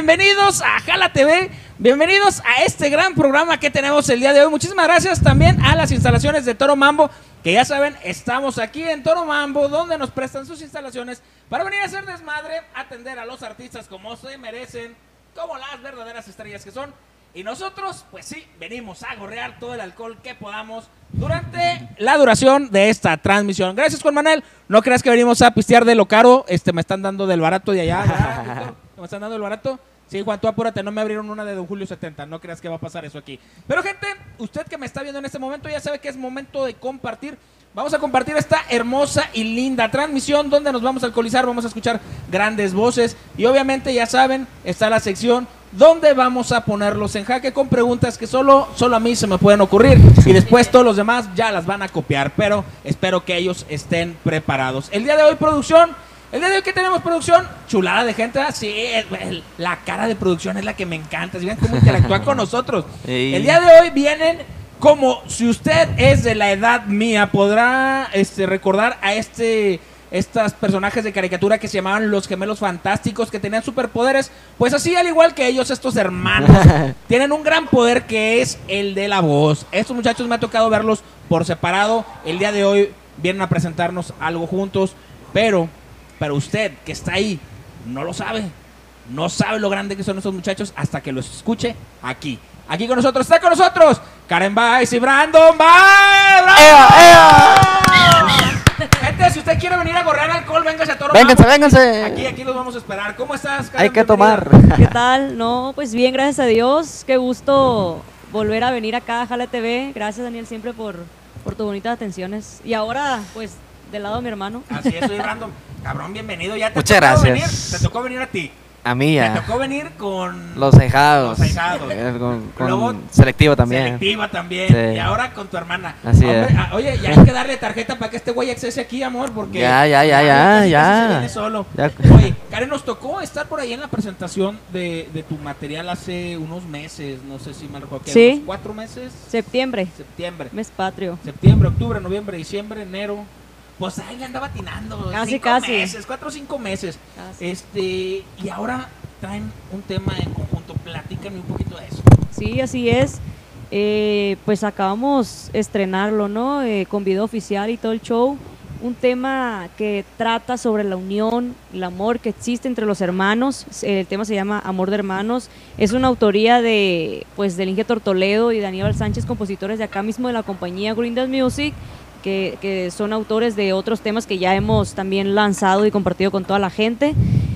bienvenidos a Jala TV, bienvenidos a este gran programa que tenemos el día de hoy. Muchísimas gracias también a las instalaciones de Toro Mambo, que ya saben, estamos aquí en Toro Mambo, donde nos prestan sus instalaciones para venir a hacer desmadre, atender a los artistas como se merecen, como las verdaderas estrellas que son. Y nosotros, pues sí, venimos a gorrear todo el alcohol que podamos durante la duración de esta transmisión. Gracias, Juan Manuel. No creas que venimos a pistear de lo caro. Me están dando del barato de allá. ¿Verdad, ¿me están dando del barato? Sí, Juan, tú apúrate, no me abrieron una de Don Julio 70. No creas que va a pasar eso aquí. Pero, gente, usted que me está viendo en este momento ya sabe que es momento de compartir. Vamos a compartir esta hermosa y linda transmisión donde nos vamos a alcoholizar, vamos a escuchar grandes voces y obviamente ya saben, está la sección donde vamos a ponerlos en jaque con preguntas que solo a mí se me pueden ocurrir y después todos los demás ya las van a copiar, pero espero que ellos estén preparados. El día de hoy, producción, ¿qué tenemos, producción? Chulada de gente, sí, la cara de producción es la que me encanta, ¿sí ven cómo interactúan con nosotros? El día de hoy vienen... Como si usted es de la edad mía, podrá recordar a estos personajes de caricatura que se llamaban los Gemelos Fantásticos, que tenían superpoderes. Pues así, al igual que ellos, estos hermanos tienen un gran poder que es el de la voz. Estos muchachos me ha tocado verlos por separado. El día de hoy vienen a presentarnos algo juntos, pero usted que está ahí no lo sabe. No sabe lo grande que son estos muchachos hasta que los escuche aquí. Aquí con nosotros, está con nosotros Karen Baez y Brandon Baez. Gente, si usted quiere venir a gorrear alcohol, véngase a Toro Mambo. Vénganse. Aquí los vamos a esperar. ¿Cómo estás, Karen? Hay que tomar. ¿Qué tal? No, pues bien, gracias a Dios. Qué gusto volver a venir acá a Jala TV. Gracias, Daniel, siempre por tus bonitas atenciones. Y ahora, pues, del lado de mi hermano. Así es, soy Brandon. Cabrón, bienvenido. Ya te Muchas tocó gracias. Te tocó venir a ti. A mí ya. Me tocó venir con... Los ahijados. Con Luego, selectiva también. Selectiva también. Sí. Y ahora con tu hermana. Así Hombre, es. Oye, ya hay que darle tarjeta para que este güey accese aquí, amor, porque... Ya. Se viene solo. Ya. Oye, Karen, nos tocó estar por ahí en la presentación de tu material hace unos meses. No sé si me recuerdo. Sí. ¿Unos 4 meses? Septiembre. Mes patrio. Septiembre, octubre, noviembre, diciembre, enero... Pues ahí le andaba atinando. Casi. 4 o 5 meses. Casi. Y ahora traen un tema en conjunto. Platícame un poquito de eso. Sí, así es. Pues acabamos de estrenarlo, ¿no? Con video oficial y todo el show. Un tema que trata sobre la unión, el amor que existe entre los hermanos. El tema se llama Amor de Hermanos. Es una autoría del Inge Toledo y Daniel Sánchez, compositores de acá mismo de la compañía Green Dance Music. Que son autores de otros temas que ya hemos también lanzado y compartido con toda la gente.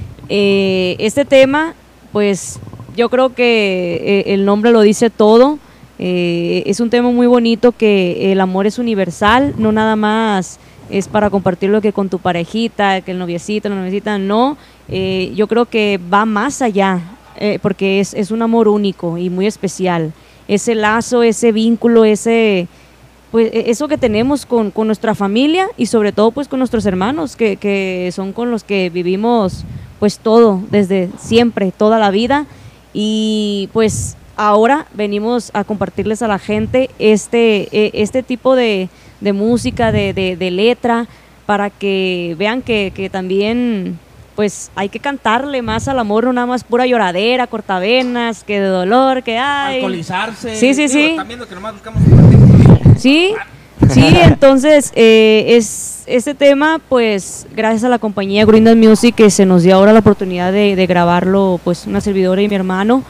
Este tema, pues yo creo que el nombre lo dice todo. Es un tema muy bonito, que el amor es universal, no nada más es para compartirlo que con tu parejita, que el noviecito, la noviecita, no. Yo creo que va más allá, porque es un amor único y muy especial. Ese lazo, ese vínculo, pues eso que tenemos con nuestra familia y sobre todo pues con nuestros hermanos que son con los que vivimos pues todo, desde siempre, toda la vida, y pues ahora venimos a compartirles a la gente este tipo de música, de letra, para que vean que también pues hay que cantarle más al amor, no nada más pura lloradera, cortavenas, que de dolor, que hay. Alcoholizarse. Sí. Están viendo que nomás buscamos Sí, entonces este tema, pues gracias a la compañía Green Dance Music, que se nos dio ahora la oportunidad de grabarlo, pues una servidora y mi hermano,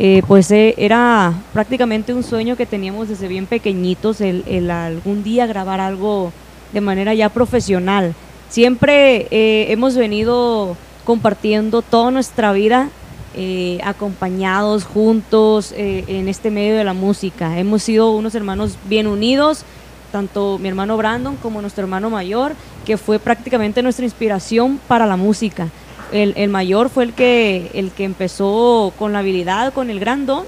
era prácticamente un sueño que teníamos desde bien pequeñitos, el algún día grabar algo de manera ya profesional. Siempre hemos venido compartiendo toda nuestra vida acompañados, juntos, en este medio de la música. Hemos sido unos hermanos bien unidos, tanto mi hermano Brandon como nuestro hermano mayor, que fue prácticamente nuestra inspiración para la música. El mayor fue el que empezó con la habilidad, con el gran don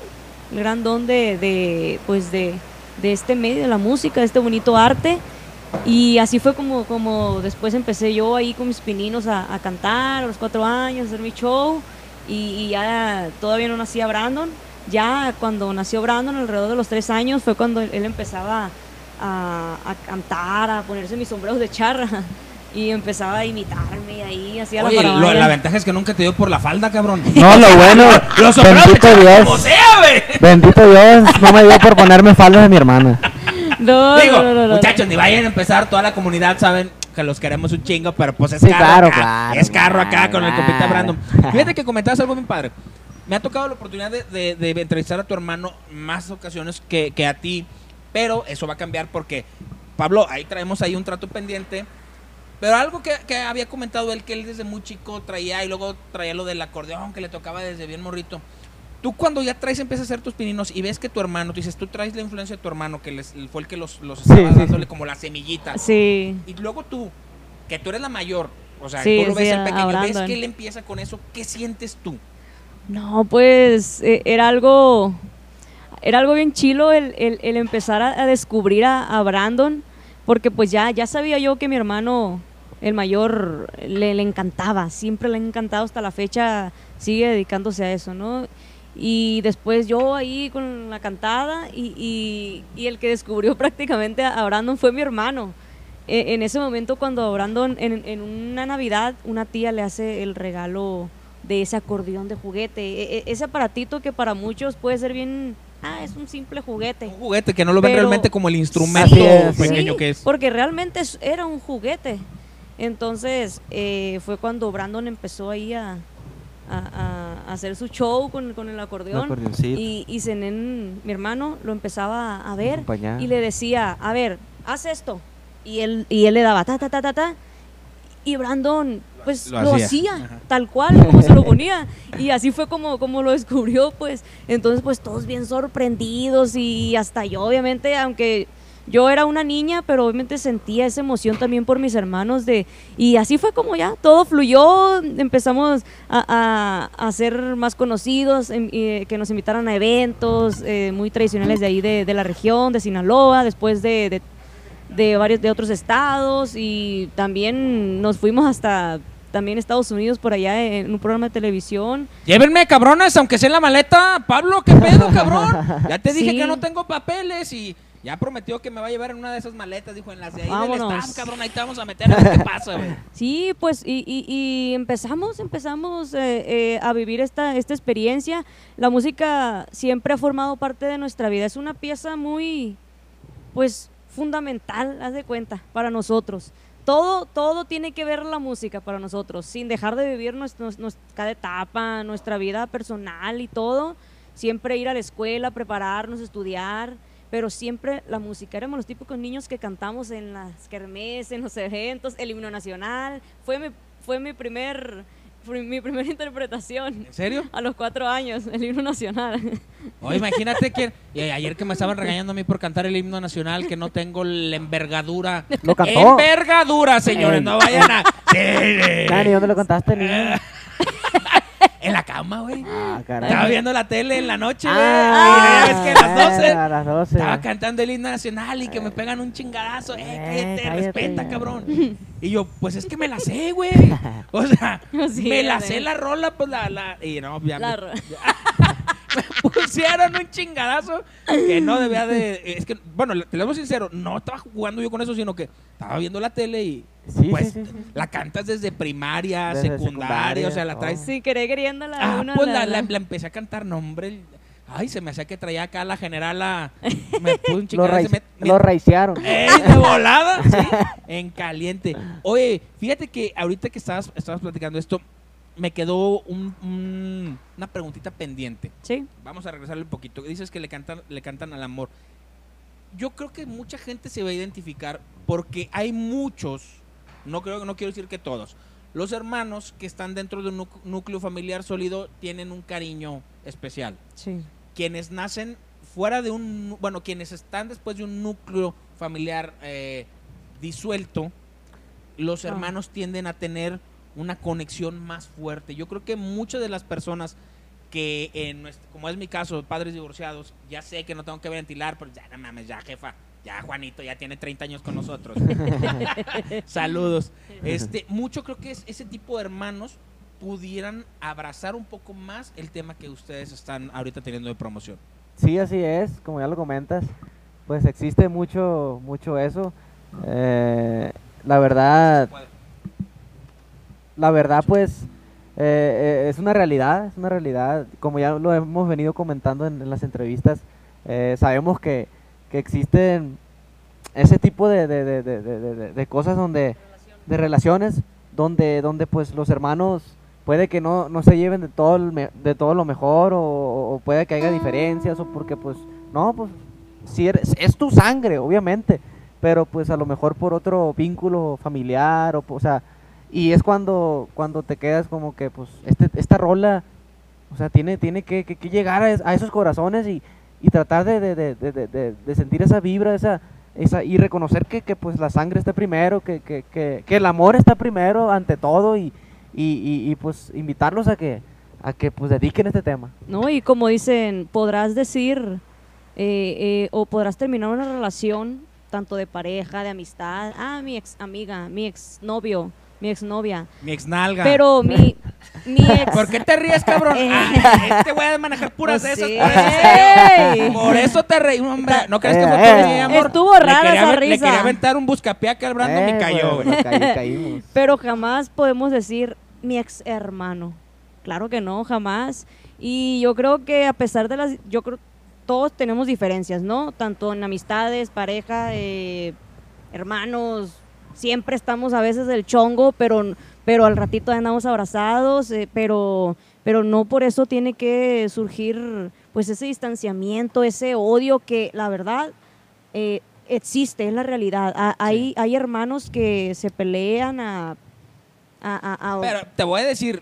de este medio de la música, de este bonito arte. Y así fue como después empecé yo ahí con mis pininos a cantar a los 4 años, a hacer mi show. Y ya todavía no nacía Brandon. Ya cuando nació Brandon, alrededor de los 3 años, fue cuando él empezaba a cantar, a ponerse mis sombreros de charra. y empezaba a imitarme y ahí hacía Oye, la parabaya. la ventaja es que nunca te dio por la falda, cabrón. No, lo bueno, Los sopranos bendito echaban como Dios. sea, güey. Bendito Dios, no me dio por ponerme falda de mi hermana. No, Digo, no. muchachos, ni vayan a empezar, toda la comunidad saben que los queremos un chingo, pero pues es Sí, carro claro, acá, claro, es carro acá claro, con el claro. compita Brandon. Fíjate que comentabas algo bien padre. Me ha tocado la oportunidad de entrevistar a tu hermano más ocasiones que a ti, pero eso va a cambiar porque, Pablo, ahí traemos ahí un trato pendiente, pero algo que había comentado él, que él desde muy chico traía, y luego traía lo del acordeón, que le tocaba desde bien morrito. Tú cuando ya empiezas a hacer tus pininos y ves que tu hermano, tú dices, tú traes la influencia de tu hermano, que fue el que los estaba dándole como la semillita. Sí. Y luego tú, que tú eres la mayor, o sea, Sí, tú lo ves sí, el pequeño, ves Brandon. que él empieza con eso, ¿qué sientes tú? No, pues era algo bien chilo el empezar a descubrir a Brandon, porque pues ya sabía yo que mi hermano, el mayor, le encantaba, siempre le ha encantado, hasta la fecha sigue dedicándose a eso, ¿no? Y después yo ahí con la cantada y el que descubrió prácticamente a Brandon fue mi hermano. En ese momento cuando a Brandon en una Navidad una tía le hace el regalo de ese acordeón de juguete, ese aparatito que para muchos puede ser bien, es un simple juguete. Un juguete que no lo ven Pero- realmente como el instrumento Así es. pequeño Sí, que es. porque realmente era un juguete. Entonces fue cuando Brandon empezó ahí a hacer su show con el acordeón. Acordeoncito. Y Zenén, mi hermano, lo empezaba a ver Acompañar. y le decía, a ver, haz esto. Y él le daba ta, ta, ta, ta, ta. Y Brandon, pues Lo lo hacía. hacía, Ajá. tal cual, como se lo ponía. Y así fue como lo descubrió, pues. Entonces, pues todos bien sorprendidos y hasta yo, obviamente, aunque yo era una niña, pero obviamente sentía esa emoción también por mis hermanos y así fue como ya, todo fluyó, empezamos a ser más conocidos, que nos invitaran a eventos muy tradicionales de ahí de la región, de Sinaloa, después de varios de otros estados, y también nos fuimos hasta también Estados Unidos por allá en un programa de televisión. Llévenme, cabrones, aunque sea en la maleta. Pablo, ¿qué pedo, cabrón? Ya te dije Sí. que no tengo papeles y ya prometió que me va a llevar en una de esas maletas, dijo, en las de ahí del Vámonos. staff, cabrón, ahí te vamos a meter a ver qué pasa, güey. Sí, pues y empezamos a vivir esta experiencia. La música siempre ha formado parte de nuestra vida, es una pieza muy, pues, fundamental, haz de cuenta, para nosotros. Todo tiene que ver la música para nosotros, sin dejar de vivir cada etapa, nuestra vida personal y todo. Siempre ir a la escuela, prepararnos, estudiar, pero siempre la música. Éramos los típicos niños que cantamos en las kermés, en los eventos, el himno nacional. Fue mi primera interpretación. ¿En serio? A los 4 años, el himno nacional. Oye, imagínate que ayer que me estaban regañando a mí por cantar el himno nacional, que no tengo la envergadura. ¿Lo cantó? Envergadura, señores, no vayan a... Dani, ¿dónde lo contaste, niño? En la cama, güey. Ah, caray. Estaba viendo la tele en la noche, güey. Ah, y ya ves que a las 12 a las 12. estaba cantando el himno nacional y que me pegan un chingadazo. Cállate, cállate. respeta, cabrón. Y yo, pues es que me la sé, güey. O sea, Sí, me la sí. sé la rola, pues y no, ya La me, ro- me pusieron un chingadazo que no debía de... Es que, bueno, te lo digo sincero, no estaba jugando yo con eso, sino que estaba viendo la tele y Sí, pues sí, sí, sí. la cantas desde primaria, Desde secundaria, o sea, la secundaria, traes... Sí, queriéndola. Pues la empecé a cantar, nombre. Ay, se me hacía que traía acá la generala. Me puse un Lo, chingadazo. lo raicearon. ¡Ey, de volada! Sí, en caliente. Oye, fíjate que ahorita que estabas platicando esto, me quedó una preguntita pendiente. Sí. Vamos a regresarle un poquito. Dices que le cantan al amor. Yo creo que mucha gente se va a identificar porque hay muchos, no quiero decir que todos, los hermanos que están dentro de un núcleo familiar sólido tienen un cariño especial. Sí. Quienes nacen fuera de quienes están después de un núcleo familiar disuelto, los hermanos tienden a tener una conexión más fuerte. Yo creo que muchas de las personas que, como es mi caso, padres divorciados, ya sé que no tengo que ventilar, pero ya no mames, ya jefa, ya Juanito ya tiene 30 años con nosotros. Saludos. Mucho creo que ese tipo de hermanos pudieran abrazar un poco más el tema que ustedes están ahorita teniendo de promoción. Sí, así es, como ya lo comentas, pues existe mucho eso. La verdad, la verdad, pues, es una realidad, como ya lo hemos venido comentando en las entrevistas, sabemos que existen ese tipo de cosas de relaciones, donde pues los hermanos puede que no se lleven de todo lo mejor, o puede que haya diferencias, o porque pues, no, pues, si es tu sangre, obviamente, pero pues a lo mejor por otro vínculo familiar, o sea, y es cuando te quedas como que, pues, esta rola, o sea, tiene que llegar a esos corazones y tratar de sentir esa vibra, y reconocer que pues la sangre está primero, que el amor está primero ante todo, y pues invitarlos a que pues dediquen este tema. No, y como dicen, podrás decir o podrás terminar una relación tanto de pareja, de amistad, mi ex amiga, mi ex novio, mi ex novia, Mi ex nalga. pero mi ex... ¿Por qué te ríes, cabrón? Te voy a manejar puras Pues de esas. sí. Por eso te reí, hombre. ¿No crees que fue por mí, amor? Estuvo rara esa Le risa. quería aventar un buscapiaca al Brandon y cayó, güey. Caímos. Pero jamás podemos decir mi ex hermano. Claro que no, jamás. Y yo creo que a pesar de todos tenemos diferencias, ¿no? Tanto en amistades, pareja, hermanos, siempre estamos a veces del chongo, pero al ratito andamos abrazados, pero no por eso tiene que surgir pues ese distanciamiento, ese odio que la verdad existe, es la realidad. Hay hermanos que se pelean Pero te voy a decir,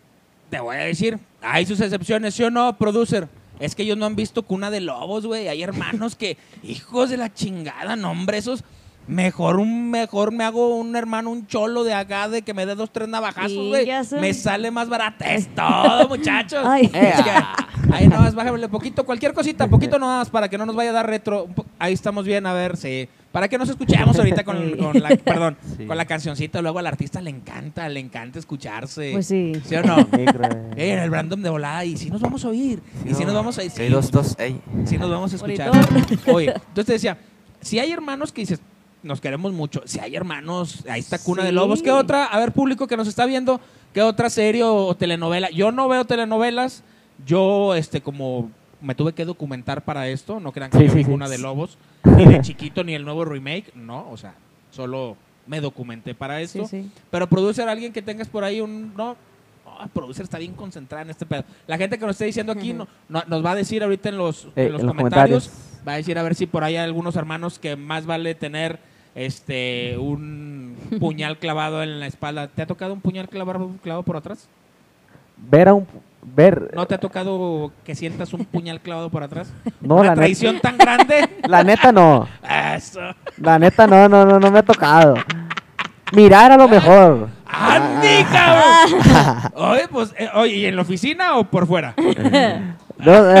hay sus excepciones, ¿sí o no, producer? Es que ellos no han visto Cuna de Lobos, güey. Hay hermanos que, hijos de la chingada, no, hombre, esos... Mejor me hago un hermano, un cholo de acá, de que me dé 2, 3 navajazos, güey. Me sale más barato. Es todo, muchachos. Ay. Ahí nomás, bájale poquito, cualquier cosita, poquito nomás, para que no nos vaya a dar retro. Ahí estamos bien, a ver, sí. Para que nos escuchemos ahorita con la cancioncita. Luego al artista le encanta escucharse. Pues sí. ¿Sí o no? El Brandon de volada, y si nos vamos a oír. Sí, y si nos vamos a ir. Sí, los dos, ey. Si nos vamos a escuchar. Oye, entonces te decía, si hay hermanos que dices, nos queremos mucho. Si hay hermanos, ahí está Cuna de Lobos. ¿Qué otra? A ver, público que nos está viendo, ¿qué otra serie o telenovela? Yo no veo telenovelas. Yo, como me tuve que documentar para esto, no crean que yo vi Cuna de Lobos, ni de chiquito, ni el nuevo remake, no, o sea, solo me documenté para esto. Sí. Pero producer, alguien que tengas por ahí producer está bien concentrada en este pedo. La gente que nos esté diciendo aquí nos va a decir ahorita en los comentarios, va a decir a ver si por ahí hay algunos hermanos que más vale tener un puñal clavado en la espalda. ¿Te ha tocado un puñal clavado por atrás? ¿No te ha tocado que sientas un puñal clavado por atrás? No, ¿Una traición tan grande? La neta no. Eso. La neta no me ha tocado. Mirar a lo mejor. ¡Andi, cabrón! Oye, pues, ¿y en la oficina o por fuera? No,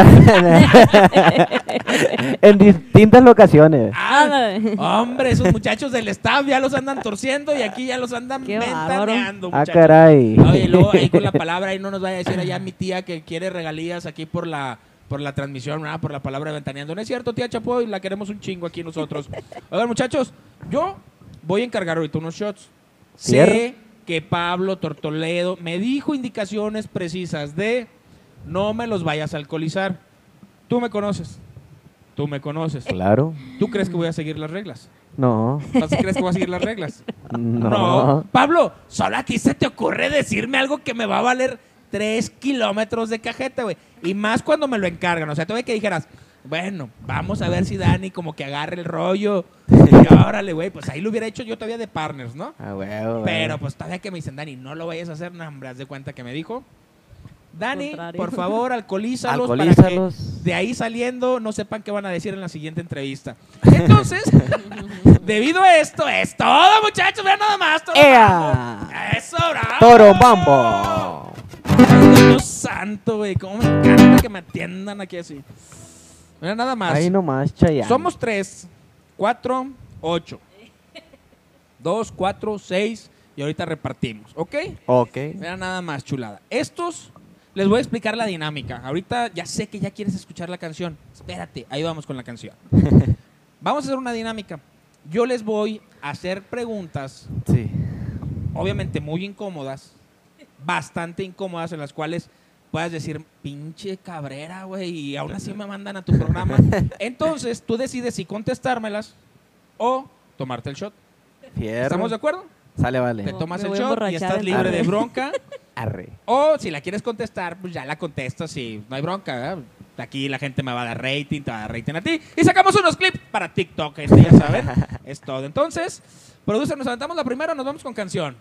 en distintas locaciones. Hombre, esos muchachos del staff ya los andan torciendo y aquí ya los andan Qué ventaneando, Ah, muchachos. caray. Oye, luego ahí con la palabra, ahí no nos vaya a decir allá mi tía que quiere regalías aquí por la transmisión, ¿verdad? Por la palabra de ventaneando. No es cierto, tía Chapoy, la queremos un chingo aquí nosotros. Oigan, muchachos, yo voy a encargar ahorita unos shots. Sé que Pablo Tortoledo me dijo indicaciones precisas de no me los vayas a alcoholizar. Tú me conoces. Claro. ¿Tú crees que voy a seguir las reglas? No. ¿Tú crees que voy a seguir las reglas? No. Pablo, solo aquí se te ocurre decirme algo que me va a valer 3 kilómetros de cajeta, güey. Y más cuando me lo encargan. O sea, todavía que dijeras, bueno, vamos a ver si Dani como que agarre el rollo. Y órale, güey, pues ahí lo hubiera hecho yo todavía de partners, ¿no? Pero pues todavía que me dicen, Dani, no lo vayas a hacer, no, hombre, haz de cuenta que me dijo. Dani, Contrario. por favor, alcoholízalos para que de ahí saliendo no sepan qué van a decir en la siguiente entrevista. Entonces, debido a esto, es todo, muchachos. Vean nada más. Toro Mambo. Eso, bravo. Toro Mambo. Ay, Dios santo, güey. Cómo me encanta que me atiendan aquí así. Mira, nada más. Ahí nomás, Chayanne. Somos 3, 4, 8. 2, 4, 6 y ahorita repartimos, ¿ok? Ok. Mira, nada más, chulada. Estos... Les voy a explicar la dinámica. Ahorita ya sé que ya quieres escuchar la canción. Espérate, ahí vamos con la canción. Vamos a hacer una dinámica. Yo les voy a hacer preguntas, Sí. obviamente muy incómodas, bastante incómodas en las cuales puedas decir, pinche cabrera, güey, y aún así me mandan a tu programa. Entonces, tú decides si contestármelas o tomarte el shot. Fierro. ¿Estamos de acuerdo? Sale, vale. Te tomas Me el voy a shot y emborrachar estás en libre la- de bronca. Arre. O si la quieres contestar, pues ya la contestas y no hay bronca, ¿verdad? Aquí la gente me va a dar rating, te va a dar rating a ti. Y sacamos unos clips para TikTok, ya saben. Es todo. Entonces, producer, nos aventamos la primera o nos vamos con canción.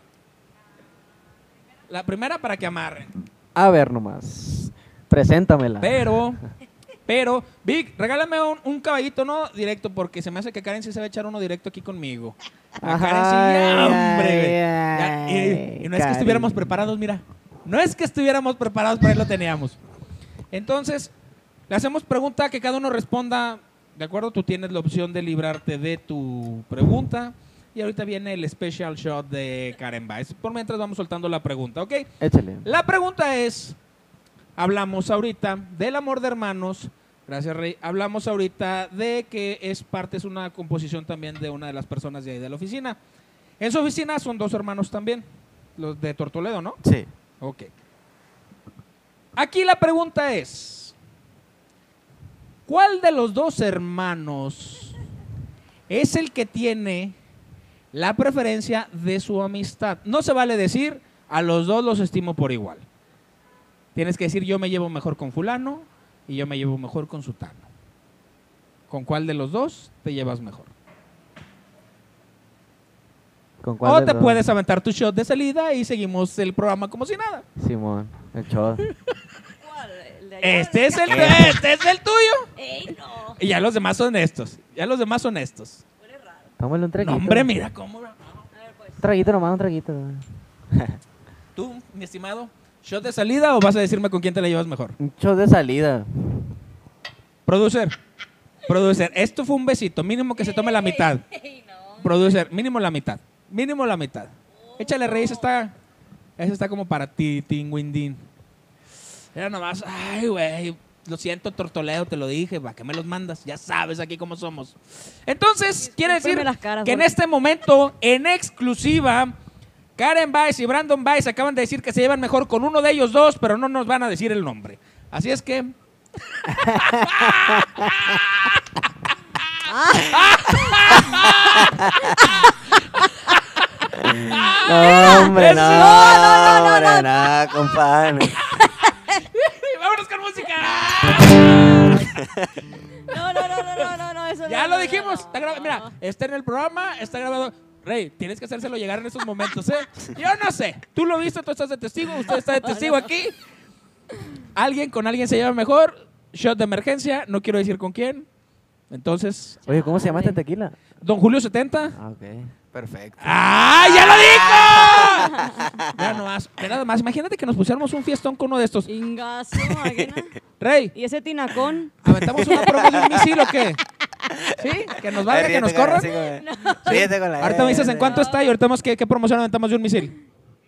La primera para que amarren. A ver nomás. Preséntamela. Pero, Vic, regálame un caballito, ¿no? Directo, porque se me hace que Karen sí se va a echar uno directo aquí conmigo. A Karen sí, ya, hombre, güey. Ya, y no es que Karen. estuviéramos preparados, mira. No es que estuviéramos preparados, pero ahí lo teníamos. Entonces, le hacemos pregunta que cada uno responda, ¿de acuerdo? Tú tienes la opción de librarte de tu pregunta. Y ahorita viene el special shot de Karen Baez. Por mientras vamos soltando la pregunta, ¿ok? Échale. La pregunta es, hablamos ahorita del amor de hermanos, gracias Rey, hablamos ahorita de que es una composición también de una de las personas de ahí de la oficina. En su oficina son 2 hermanos también, los de Tortoledo, ¿no? Sí. Ok. Aquí la pregunta es, ¿cuál de los 2 hermanos es el que tiene la preferencia de su amistad? No se vale decir, a los 2 los estimo por igual. Tienes que decir, yo me llevo mejor con fulano y yo me llevo mejor con sutano. ¿Con cuál de los 2 te llevas mejor? ¿Con cuál O de te los? puedes aventar tu shot de salida y seguimos el programa como si nada. Simón, el shot. Este es el tuyo. ¡Ey, no! Y ya los demás son estos. Tómale un traguito. No, hombre, mira cómo. A ver, pues. Un traguito nomás, un traguito. Tú, mi estimado, ¿shot de salida o vas a decirme con quién te la llevas mejor? Un shot de salida. Producer, esto fue un besito, mínimo que se tome la mitad. ¡Ey, no! Producer, mínimo la mitad. Échale, Rey, esa está como para ti, Tingüindín. Era nomás, ay, güey, lo siento, Tortoledo, te lo dije, ¿para qué me los mandas? Ya sabes aquí cómo somos. Entonces, quiere decir Discúlpeme las caras, que en porque- este momento, en exclusiva, Karen Baez y Brandon Baez acaban de decir que se llevan mejor con uno de ellos 2, pero no nos van a decir el nombre. Así es que... No, hombre, Eso. no, hombre, no, compadre. ¡Vámonos con música! No, eso Ya no, lo no, dijimos. no, Está grabado. no. Mira, está en el programa, está grabado. Rey, tienes que hacérselo llegar en esos momentos, ¿eh? Yo no sé. Tú lo viste, tú estás de testigo, usted está de testigo aquí. Alguien con alguien se lleva mejor. Shot de emergencia, no quiero decir con quién. Entonces, Oye, ¿cómo se llama este tequila? Don Julio 70. Ah, ok. Perfecto. ¡Ah, ya lo dijo! Mira nada más, imagínate que nos pusiéramos un fiestón con uno de estos. Ingazo, máquina. Rey, ¿Y ese tinacón? ¿aventamos una promo de un misil o qué? ¿Sí? ¿Que nos valga, que nos corran? Ríete con la Ahorita me dices en cuánto está y ahorita vemos qué promoción aventamos de un misil.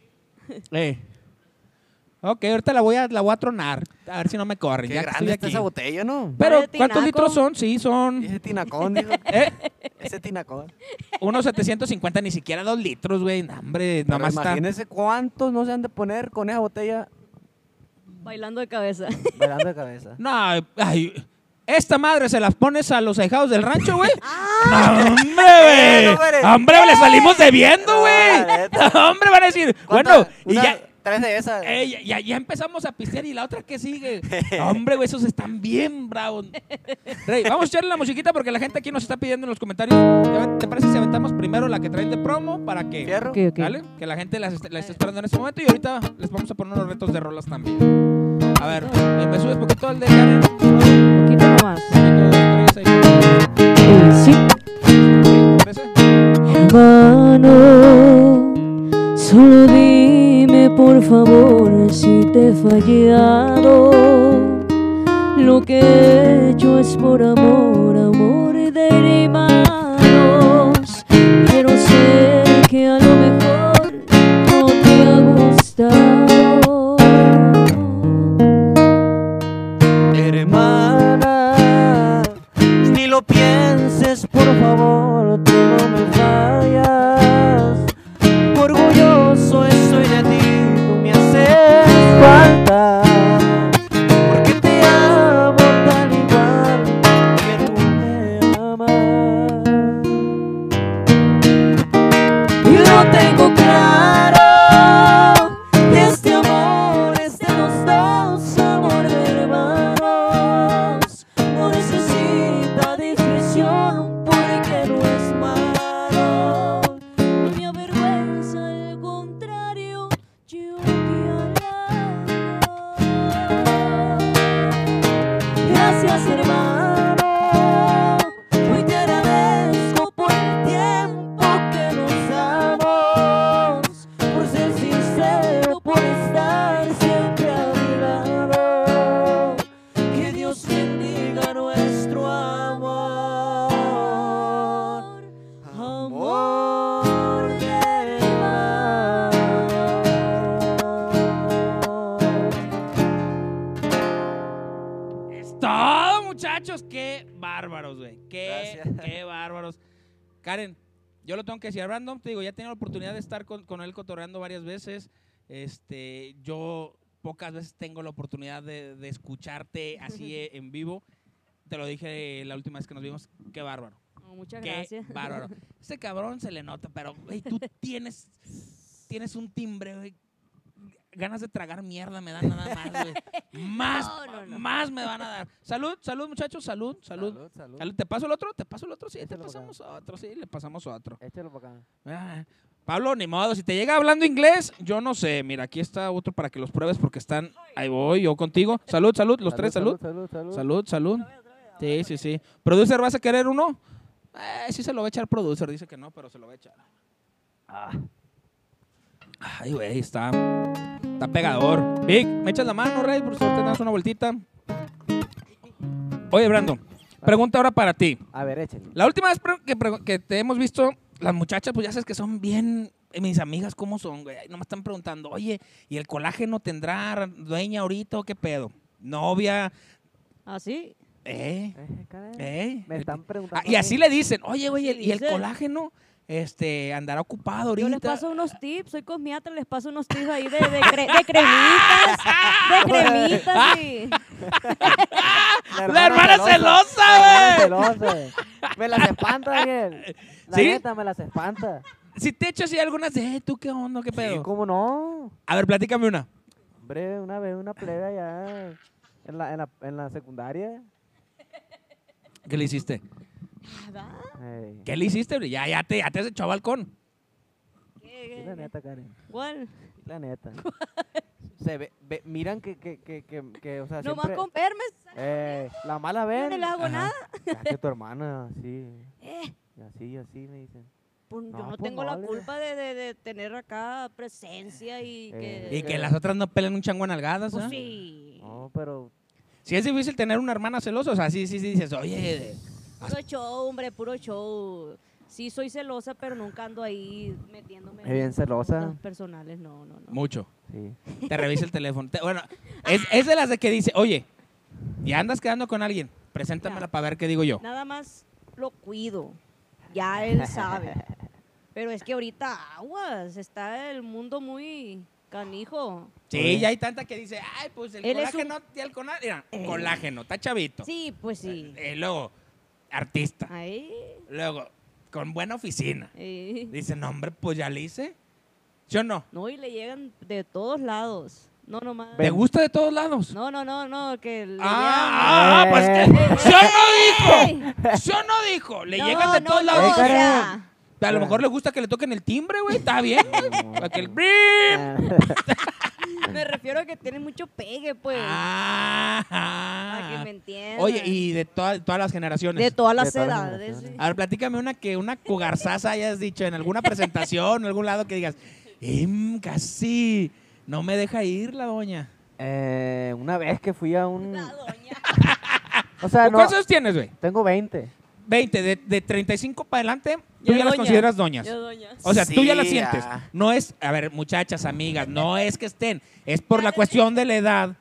Ok, ahorita la voy a tronar. A ver si no me corren. Qué Ya que estoy grande está aquí. esa botella, ¿no? Pero, Vale, ¿cuántos tinaco. litros son? Sí, Y son ese tinacón, dijo. Ese tinacón. unos 750, ni siquiera 2 litros, güey. No, hombre, Pero nomás está. imagínense cuántos no se han de poner con esa botella Bailando de cabeza. bailando de cabeza. No, ay, esta madre se las pones a los ahijados del rancho, güey. Ah. No, hombre, hombre. güey. Hombre, le salimos debiendo, güey. No, la neta. No, hombre, van a decir, bueno, y ya. 3 de esas. Ya empezamos a pistear y la otra que sigue. No, hombre, güey, esos están bien bravos. Rey, vamos a echarle la musiquita porque la gente aquí nos está pidiendo en los comentarios. ¿Te parece si aventamos primero la que traen de promo para que, Fierro. Ok, ok. ¿vale? Que la gente la esté esperando en este momento y ahorita les vamos a poner unos retos de rolas también. A ver, me subes poquito el de Karen. Poquito nomás. Poquito, 2, 3, ahí. Sí. ¿Te parece? Hermano, solo dime por favor si te he fallado. Lo que he hecho es por amor, amor de hermanos. Pero sé que a lo mejor no te ha gustado. Hermana, ni lo pienses, por favor, tú no me fallas. Orgulloso estoy de ti, tú me haces qué bárbaros, güey. Qué bárbaros. Karen, yo lo tengo que decir a Brandon, te digo, ya he tenido la oportunidad de estar con él cotorreando varias veces. Yo pocas veces tengo la oportunidad de escucharte así en vivo. Te lo dije la última vez que nos vimos, qué bárbaro. Oh, muchas Qué gracias. bárbaro. Este cabrón se le nota, pero güey, tú tienes un timbre, güey. Ganas de tragar mierda me dan nada más, güey. Más me van a dar. Salud, muchachos, salud. Salud. ¿Te paso el otro? Sí, Échalo te para pasamos otro, sí, le pasamos otro. Échalo para acá. Pablo, ni modo, si te llega hablando inglés, yo no sé. Mira, aquí está otro para que los pruebes porque están... Ahí voy, yo contigo. Salud, los tres, salud. Salud. Sí. ¿Producer, vas a querer uno? Sí se lo va a echar producer, dice que no, pero se lo va a echar. Ay, güey, está pegador. Vic, ¿me echas la mano, Rey? Por suerte, das una vueltita. Oye, Brandon, pregunta ahora para ti. A ver, échale. La última vez que te hemos visto, las muchachas, pues ya sabes que son bien... Mis amigas, ¿cómo son, güey? No me están preguntando, oye, ¿y el colágeno tendrá dueña ahorita o qué pedo? ¿Novia? ¿Ah, sí? Me están preguntando. Y así le dicen, oye, güey, Sí, ¿y el dice. colágeno andará ocupado ahorita? Yo les paso unos tips, soy cosmiatra, les paso unos tips ahí de cremitas y... ¡La hermana celosa, güey! Me las espanta, Daniel. La ¿Sí? neta, me las espanta. Si te echo así algunas de, ¿tú qué onda, qué pedo? Sí, ¿cómo no? A ver, platícame una. Hombre, una vez una plebe allá en la secundaria. ¿Qué le hiciste? ¿Verdad? Ey, ¿Qué le hiciste? Ya te has echado balcón. sí, la neta, Karen. ¿Cuál? La neta. Se miran que, o sea, Nomás siempre... con verme, la mala yo ven. no le hago Ajá. nada. Ya que tu hermana, sí. Eh, Y así me dicen. pues yo No, no pues tengo no, la le- culpa de tener acá presencia y que... Y que las otras no peleen un chango a nalgadas, Pues ¿ah? sí. No, pero... Sí es difícil tener una hermana celosa, o sea, sí dices, oye... Puro show, hombre, puro show. Sí soy celosa, pero nunca ando ahí metiéndome Es bien celosa. cosas personales, no. Mucho. Sí. Te revisa el teléfono. Bueno, es de las de que dice, oye, ya andas quedando con alguien, preséntamela para ver qué digo yo. Nada más lo cuido. Ya él sabe. Pero es que ahorita aguas, está el mundo muy canijo. Sí, ya hay tanta que dice, ay, pues el Él es colágeno, mira, colágeno, está chavito. Sí, pues sí. Luego, artista. Ahí. Luego, con buena oficina. eh. Dice, no, hombre, pues ya le hice. ¿Sí o no? No, y le llegan de todos lados. No, nomás. ¿Te gusta de todos lados? No, que le Pues que, ¿sí o llegan. no dijo? ¿Sí o no dijo? Le No, llegan de todos no, lados. o sea, A lo mejor le gusta que le toquen el timbre, güey. Está bien. Para que el brip. me refiero a que tiene mucho pegue, pues. Para que me entiendan. Oye, y de todas las generaciones. de todas las De todas las edades. generaciones. sí. A ver, platícame una cogarzaza hayas dicho en alguna presentación o en algún lado que digas, casi no me deja ir la doña. Una vez que fui a un... La doña. O sea, no... ¿Cuántos años tienes, güey? Tengo 20. 20, de 35 para adelante, tú Ya ya las doña. consideras doñas. Yo, doña. O sea, tú ya las Sí, sientes. ya. No es, a ver, muchachas, amigas, no es que estén, es por la cuestión de la edad,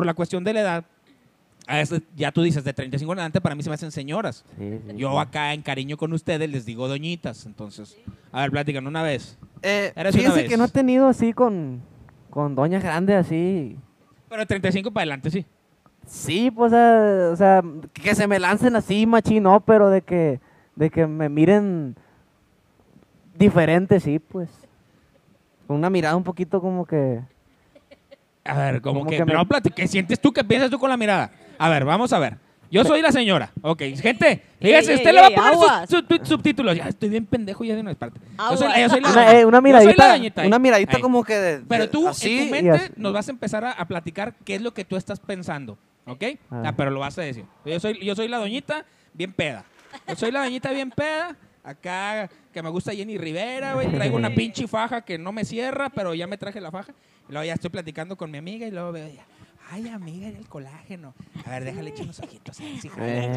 ya tú dices, de 35 en adelante para mí se me hacen señoras. Sí. Yo acá en cariño con ustedes les digo doñitas, entonces, a ver, platican una vez. Eres una Fíjese vez. que no he tenido así con doñas grandes así. Pero de 35 para adelante, sí. Sí, pues, o sea, que se me lancen así, machín, no, pero de que me miren diferente, sí, pues. Con una mirada un poquito como que... A ver, como Como que, que me- no, ¿qué sientes tú? ¿Qué piensas tú con la mirada? A ver, vamos a ver. Yo soy la señora. Ok, gente, fíjese, Ey, usted ey, le va a ey, poner aguas. subtítulos. Ya estoy bien pendejo ya de una parte. Yo soy Aguas. la Una yo soy la miradita, doñita ahí. una miradita Ahí. como que Pero tú, así. en tu y mente, así. nos vas a empezar a platicar qué es lo que tú estás pensando. ¿Ok? Ah. Pero lo vas a decir. Yo soy la doñita bien peda. Yo soy la doñita bien peda. Acá, que me gusta Jenny Rivera, güey. Traigo una pinche faja que no me cierra, pero ya me traje la faja. Y luego ya estoy platicando con mi amiga y luego veo ya. Ay, amiga, el colágeno. A ver, déjale echar unos ojitos. Sí,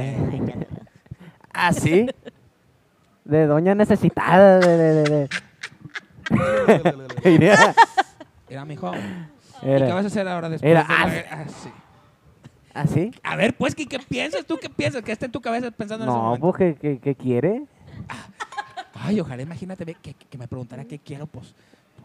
¿Ah, sí? De doña necesitada, de... Mira, Mira, mijo. ¿Y Era. qué vas a hacer ahora después? Era, de sí. ¿Ah, sí? A ver, pues, ¿qué piensas? ¿Tú qué piensas? ¿Qué está en tu cabeza pensando en ese No, momento? pues, ¿qué quiere? Ay, ojalá, imagínate que me preguntara qué quiero, pues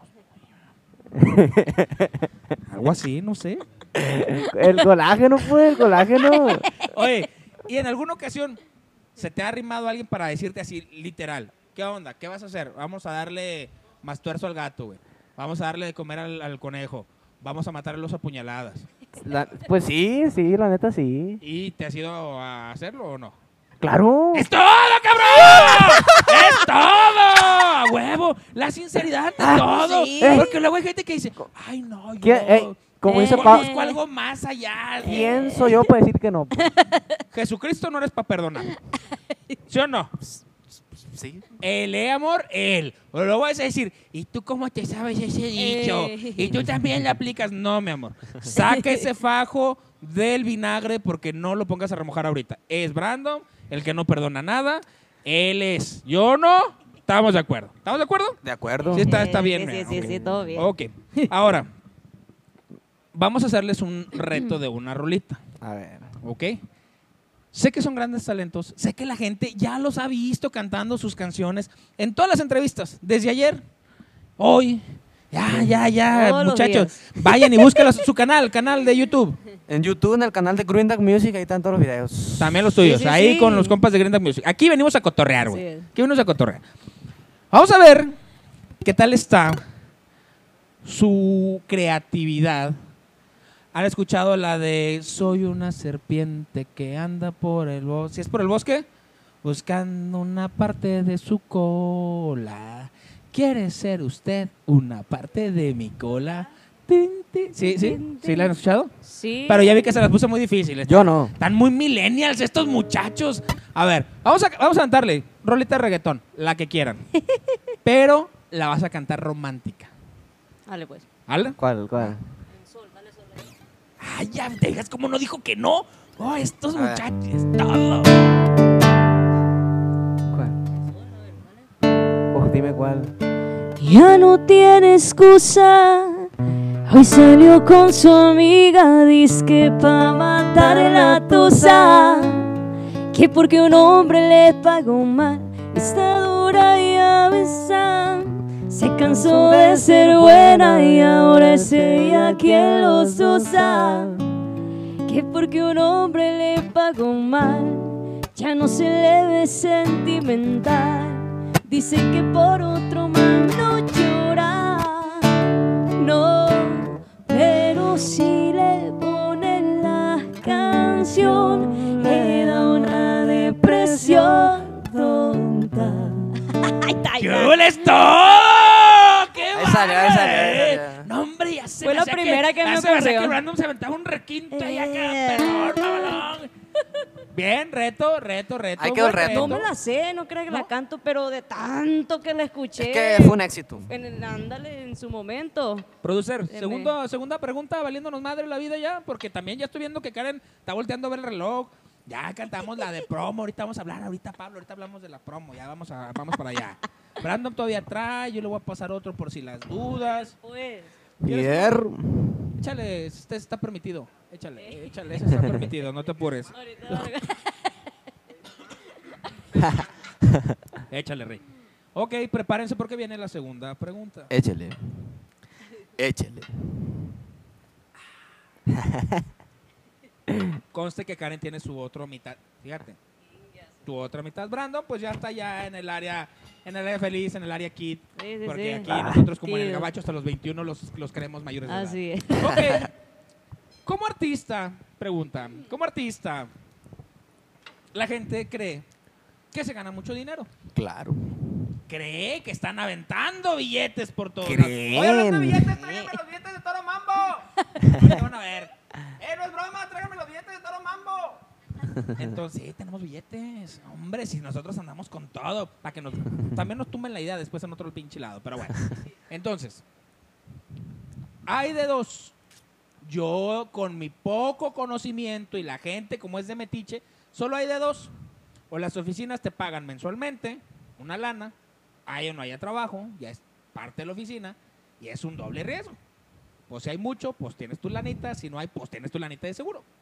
algo así, no sé. El colágeno, pues, el colágeno. Oye, ¿y en alguna ocasión se te ha arrimado alguien para decirte así, literal, qué onda? ¿Qué vas a hacer? Vamos a darle más tuerzo al gato, güey. Vamos a darle de comer al conejo. Vamos a matar a los apuñaladas. Pues sí, la neta sí. ¿Y te has ido a hacerlo o no? ¡Claro! ¡Es todo, cabrón! ¡Es todo! ¡A huevo! La sinceridad de todo. sí. Porque luego hay gente que dice, ay, no, yo Como dice busco algo más allá. ¿quién soy yo para decir que no? Pues? Jesucristo no eres para perdonar. ¿Sí o no? Sí. Él, amor, él. O luego vas a decir, ¿y tú cómo te sabes ese dicho? ¿Y tú también lo aplicas? No, mi amor. Saca ese fajo del vinagre porque no lo pongas a remojar ahorita. Es Brandon, el que no perdona nada. Él es. Yo no. Estamos de acuerdo. ¿Estamos de acuerdo? De acuerdo. Sí, está bien. Sí, mira, sí, ok. sí, todo bien. Ok. Ahora, vamos a hacerles un reto de una rolita. A ver. ¿Ok? Sé que son grandes talentos, sé que la gente ya los ha visto cantando sus canciones en todas las entrevistas, desde ayer, hoy, ya, Todos los muchachos, días. vayan y búsquenlos en su canal de YouTube, En YouTube, en el canal de Green Dog Music, ahí están todos los videos. también los tuyos, Sí, sí, ahí sí. con los compas de Green Dog Music. Aquí venimos a cotorrear, Así güey, es. aquí venimos a cotorrear. Vamos a ver qué tal está su creatividad. ¿Han escuchado la de soy una serpiente que anda por el bosque? ¿Si es por el bosque? Buscando una parte de su cola. ¿Quiere ser usted una parte de mi cola? Tin, tin. ¿Sí la han escuchado? Sí. Pero ya vi que se las puse muy difíciles. Yo no. Están muy millennials estos muchachos. A ver, vamos a cantarle rolita de reggaetón, la que quieran. Pero la vas a cantar romántica. Dale, pues. ¿Vale? ¿Cuál? Ay, ya te digas cómo no dijo que no. Oh, estos A ver. muchachos, todo. Pues dime cuál. Ya no tiene excusa. Hoy salió con su amiga, dizque pa' matar la tusa. Que porque un hombre le pagó mal, está dura y avesa. Se cansó de ser buena y ahora es ella quien los usa. Que porque un hombre le pagó mal, ya no se le ve sentimental. Dice que por otro man no llora, no, pero si le ponen la canción, le da una depresión tonta. ¡Qué huele todo! ¡Qué Ahí salió, ahí salió, ahí bárbaro! salió. No, hombre, ya se Fue me la hacía primera que me ya se hacía ocurrió. que Brandon se aventaba un requinto y acá, perdón, mamalón. Bien, reto. Ahí quedó el buen reto. No me la sé, no creo que la canto, pero de tanto que la escuché. Es que fue un éxito. Ándale, en su momento. Producer, Deme. segunda pregunta, valiéndonos madre la vida ya, porque también ya estoy viendo que Karen está volteando a ver el reloj. Ya cantamos la de promo, ahorita vamos a hablar, ahorita Pablo, ahorita hablamos de la promo, ya vamos para allá. Brandon todavía trae, yo le voy a pasar otro por si las dudas. Pues. Hierro. Échale, este está permitido. Échale, ese está permitido, no te apures. Échale, Rey. Ok, prepárense porque viene la segunda pregunta. Échale. Conste que Karen tiene su otra mitad. Fíjate. Tu otra mitad. Brandon, pues ya está ya en el área feliz, en el área kid. Sí, sí, Porque sí. aquí nosotros, como en el Kid. gabacho, hasta los 21 los queremos mayores de edad. Así es. Ok. Como artista, pregunta, como artista, la gente cree que se gana mucho dinero. Claro. Cree que están aventando billetes por todos Creen. lados. Oye, hablando de billetes, tráigame los billetes de Toro Mambo. ¿Qué van a ver? No es broma, tráigame los billetes de Toro Mambo. Entonces, sí, tenemos billetes. Hombre, si nosotros andamos con todo, para que también nos tumben la idea después en otro pinche lado. Pero bueno, entonces, hay de dos. Yo, con mi poco conocimiento y la gente como es de metiche, solo hay de dos. O las oficinas te pagan mensualmente una lana, hay o no haya trabajo, ya es parte de la oficina y es un doble riesgo. Pues si hay mucho, pues tienes tu lanita, si no hay, pues tienes tu lanita de seguro.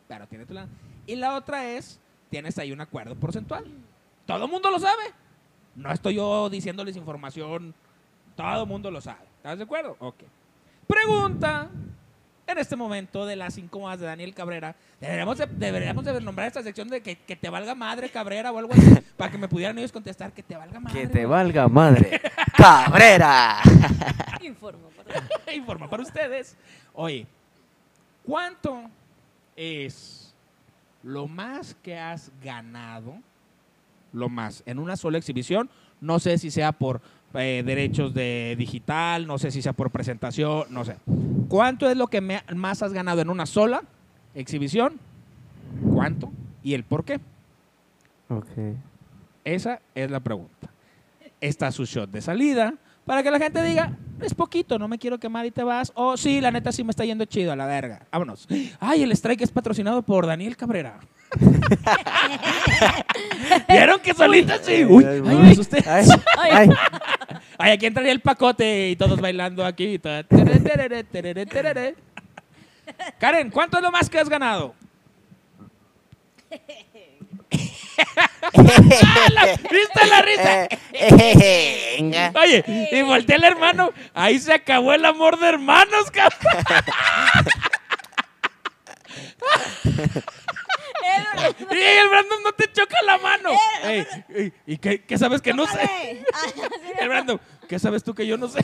pero tienes tu lana. Y la otra es, tienes ahí un acuerdo porcentual. Todo el mundo lo sabe. No estoy yo diciéndoles información, todo el mundo lo sabe. ¿Estás de acuerdo? Ok. Pregunta, en este momento, de las incómodas de Daniel Cabrera. Deberíamos de nombrar esta sección de que te valga madre, Cabrera, o algo así, para que me pudieran ellos contestar que te valga madre. Que te valga madre. ¡Cabrera! Informo, perdón. Informa para ustedes. Oye, ¿cuánto es lo más que has ganado? Lo más, en una sola exhibición. No sé si sea por derechos de digital, no sé si sea por presentación, no sé. ¿Cuánto es lo que más has ganado en una sola exhibición? ¿Cuánto? ¿Y el por qué? Ok. Esa es la pregunta. Está su shot de salida para que la gente diga, es poquito, no me quiero quemar y te vas. O sí, la neta sí me está yendo chido, a la verga. Vámonos. Ay, el strike es patrocinado por Daniel Cabrera. ¿Vieron que solita sí? Uy, ay, me asusté. Ay. Ay, aquí entraría el pacote y todos bailando aquí. Karen, ¿cuánto es lo más que has ganado? ¿Viste la risa? Venga. Oye, y volteé al hermano. Ahí se acabó el amor de hermanos, cabrón. Y el Brandon no te choca la mano. ¿Y qué sabes que no sé? El Brandon, ¿qué sabes tú que yo no sé?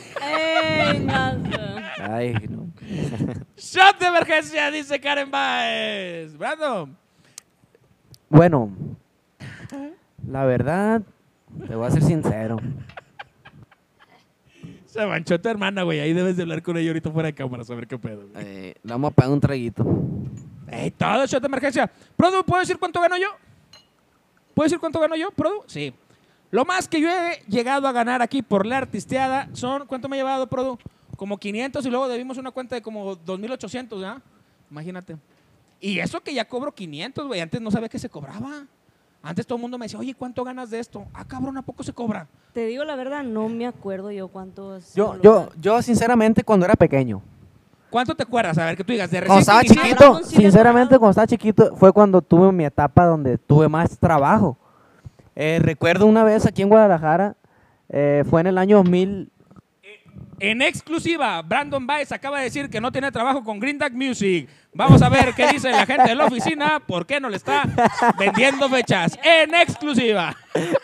Ay, no. Shot de emergencia, dice Karen Baez. Brandon. Bueno, la verdad, te voy a ser sincero. Se manchó tu hermana, güey. Ahí debes de hablar con ella ahorita fuera de cámara, a ver qué pedo. Le vamos a pagar un traguito. Todo shot de emergencia. Produ, ¿puedo decir cuánto gano yo? ¿Puedo decir cuánto gano yo, Produ? Sí. Lo más que yo he llegado a ganar aquí por la artisteada son, ¿cuánto me ha llevado, Produ? Como 500 y luego debimos una cuenta de como 2,800, ¿ya? Imagínate. Y eso que ya cobro 500, güey. Antes no sabía que se cobraba. Antes todo el mundo me decía, oye, ¿cuánto ganas de esto? Ah, cabrón, ¿a poco se cobra? Te digo la verdad, no me acuerdo yo cuánto es. Yo sinceramente, cuando era pequeño, ¿Cuánto te acuerdas? A ver, que tú digas, de cuando recién estaba que iniciaste. chiquito, un cine sinceramente, parado. cuando estaba chiquito, fue cuando tuve mi etapa donde tuve más trabajo. Recuerdo una vez aquí en Guadalajara, fue en el año 2000. En exclusiva, Brandon Baez acaba de decir que no tiene trabajo con Green Duck Music. Vamos a ver qué dice la gente de la oficina, por qué no le está vendiendo fechas. En exclusiva.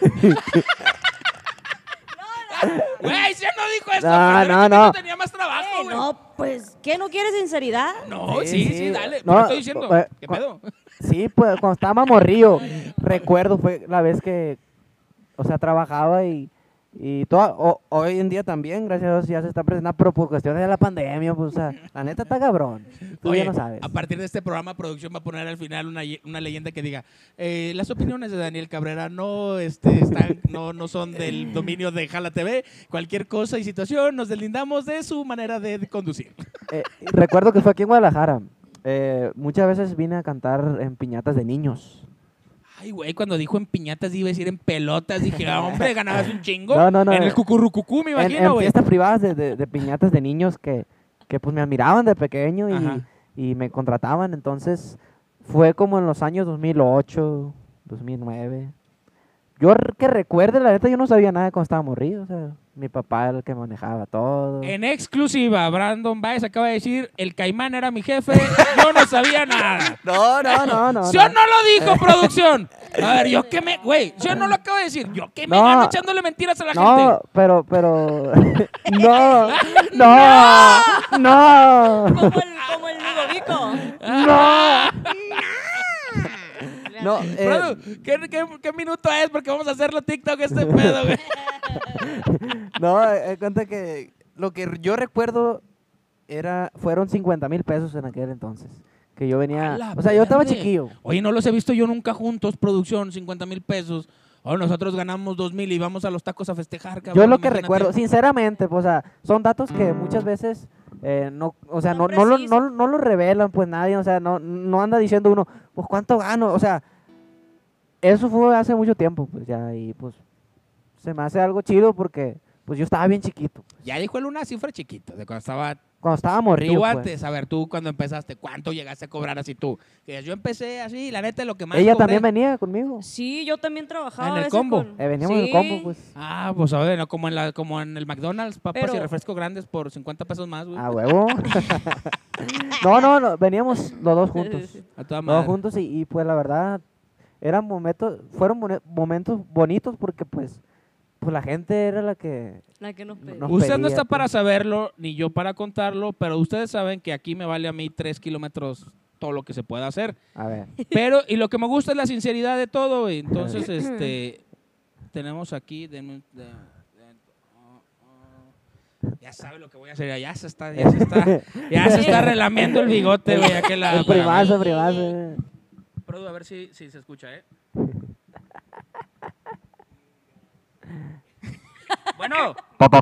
Güey, si él no dijo esto, No. tenía más trabajo, güey. No, pues, ¿qué no quieres sinceridad? No, sí, dale. No, No, estoy diciendo, ¿qué pedo? Sí, pues cuando estaba más morrillo, recuerdo, fue la vez que, o sea, trabajaba y hoy en día también, gracias a Dios, ya se está presentando, pero por cuestiones de la pandemia, pues, o sea, la neta está cabrón. Tú Oye, ya no sabes. a partir de este programa, producción va a poner al final una leyenda que diga, las opiniones de Daniel Cabrera no son del dominio de Jala TV. Cualquier cosa y situación nos deslindamos de su manera de conducir. Recuerdo que fue aquí en Guadalajara. Muchas veces vine a cantar en piñatas de niños. Ay, güey, cuando dijo en piñatas iba a decir en pelotas. Dije, hombre, ganabas un chingo. No. En el cucurrucucú, me En imagino, güey. fiestas privadas de piñatas de niños que pues me admiraban de pequeño Ajá. y me contrataban. Entonces fue como en los años 2008, 2009. Yo que recuerde, la neta, yo no sabía nada cuando estaba morrido. O sea, mi papá era el que manejaba todo. En exclusiva, Brandon Baez acaba de decir, el caimán era mi jefe, yo no sabía nada. No. ¿Sí o no lo dijo, producción? A ver, yo qué me... Güey, yo no lo acabo de decir. Yo qué me No. gano echándole mentiras a la No, gente. pero... no. Como el Ludovico. No, Produ, ¿qué minuto es? Porque vamos a hacerlo TikTok este pedo, güey. no, cuenta que lo que yo recuerdo fueron 50,000 pesos en aquel entonces. Que yo venía... A la O sea, yo estaba verde. chiquillo. Oye, no los he visto yo nunca juntos, producción, 50,000 pesos. O nosotros ganamos 2,000 y vamos a los tacos a festejar, cabrón. Yo lo que imagínate. recuerdo, sinceramente, pues, o sea, son datos que muchas veces no, o sea, No no lo precisos. no lo revelan, pues nadie, o sea, no anda diciendo uno, pues cuánto gano, o sea, eso fue hace mucho tiempo, pues ya, y pues se me hace algo chido porque pues yo estaba bien chiquito. Ya dijo él una cifra chiquita, de cuando estaba Cuando estaba morrillo, Tú pues. antes, a ver, tú cuando empezaste, ¿cuánto llegaste a cobrar así tú? Que yo empecé así, la neta, lo que más Ella cobré. también venía conmigo. Sí, yo también trabajaba ¿En a el veces combo? con- Veníamos en el Sí, combo, pues. Ah, pues a ver, no, como en el McDonald's, papas Pero- y refrescos grandes por 50 pesos más, güey. A huevo. No, veníamos los dos juntos. A toda Los madre. dos juntos y pues la verdad, fueron momentos bonitos porque pues la gente era la que... La que nos pedía. Nos Usted no pedía, está para pues. saberlo, ni yo para contarlo, pero ustedes saben que aquí me vale a mí 3 kilómetros todo lo que se pueda hacer. A ver. Pero, y lo que me gusta es la sinceridad de todo, güey. Entonces, tenemos aquí... ya sabe lo que voy a hacer, ya se está relamiendo el bigote, güey, aquel lado. El primazo. Produ, a ver si se escucha, ¿eh? Bueno,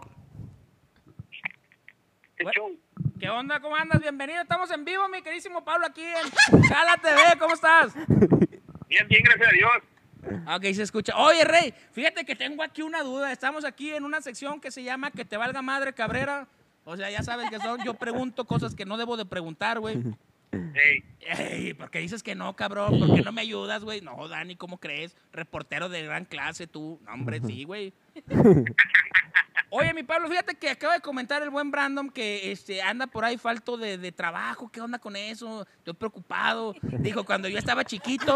¿qué onda? ¿Cómo andas? Bienvenido, estamos en vivo, mi queridísimo Pablo, aquí en Jala TV, ¿cómo estás? Bien, gracias a Dios. Ok, se escucha. Oye, Rey, fíjate que tengo aquí una duda. Estamos aquí en una sección que se llama Que te valga madre, Cabrera. O sea, ya sabes que son. Yo pregunto cosas que no debo de preguntar, güey. Hey, Ey, ¿por qué dices que no, cabrón? ¿Por qué no me ayudas, güey? No, Dani, ¿cómo crees? Reportero de gran clase, tú. No, hombre, sí, güey. Oye, mi Pablo, fíjate que acaba de comentar el buen Brandon que anda por ahí falto de trabajo. ¿Qué onda con eso? Estoy preocupado. Dijo, cuando yo estaba chiquito,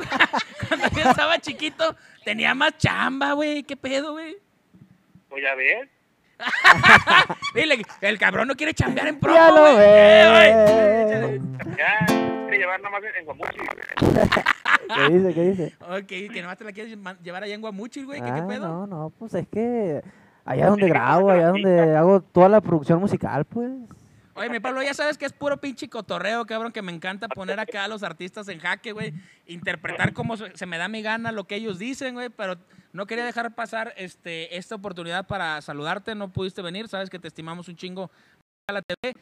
tenía más chamba, güey. ¿Qué pedo, güey? pues ya ves. Dile, el cabrón no quiere chambear en promo, Ya lo güey. ves. Ya, quiere llevar nada más en Guamuchi. ¿Qué dice? Ok, que nomás te la quieres llevar allá en Guamuchil, güey. ¿Qué pedo? No, pues es que allá donde grabo, allá donde hago toda la producción musical, pues. Oye, mi Pablo, ya sabes que es puro pinche cotorreo, cabrón, que me encanta poner acá a los artistas en jaque, güey. Interpretar como se me da mi gana lo que ellos dicen, güey, pero no quería dejar pasar esta oportunidad para saludarte. No pudiste venir, sabes que te estimamos un chingo a la TV.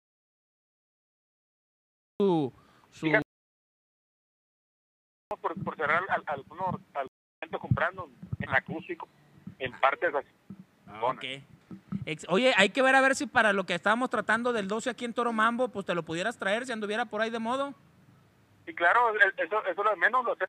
Su Por cerrar algunos momentos comprando en acústico, en partes así. Ok. Oye, hay que ver a ver si para lo que estábamos tratando del 12 aquí en Toro Mambo, pues te lo pudieras traer si anduviera por ahí de modo. Y claro, eso lo de menos lo sé.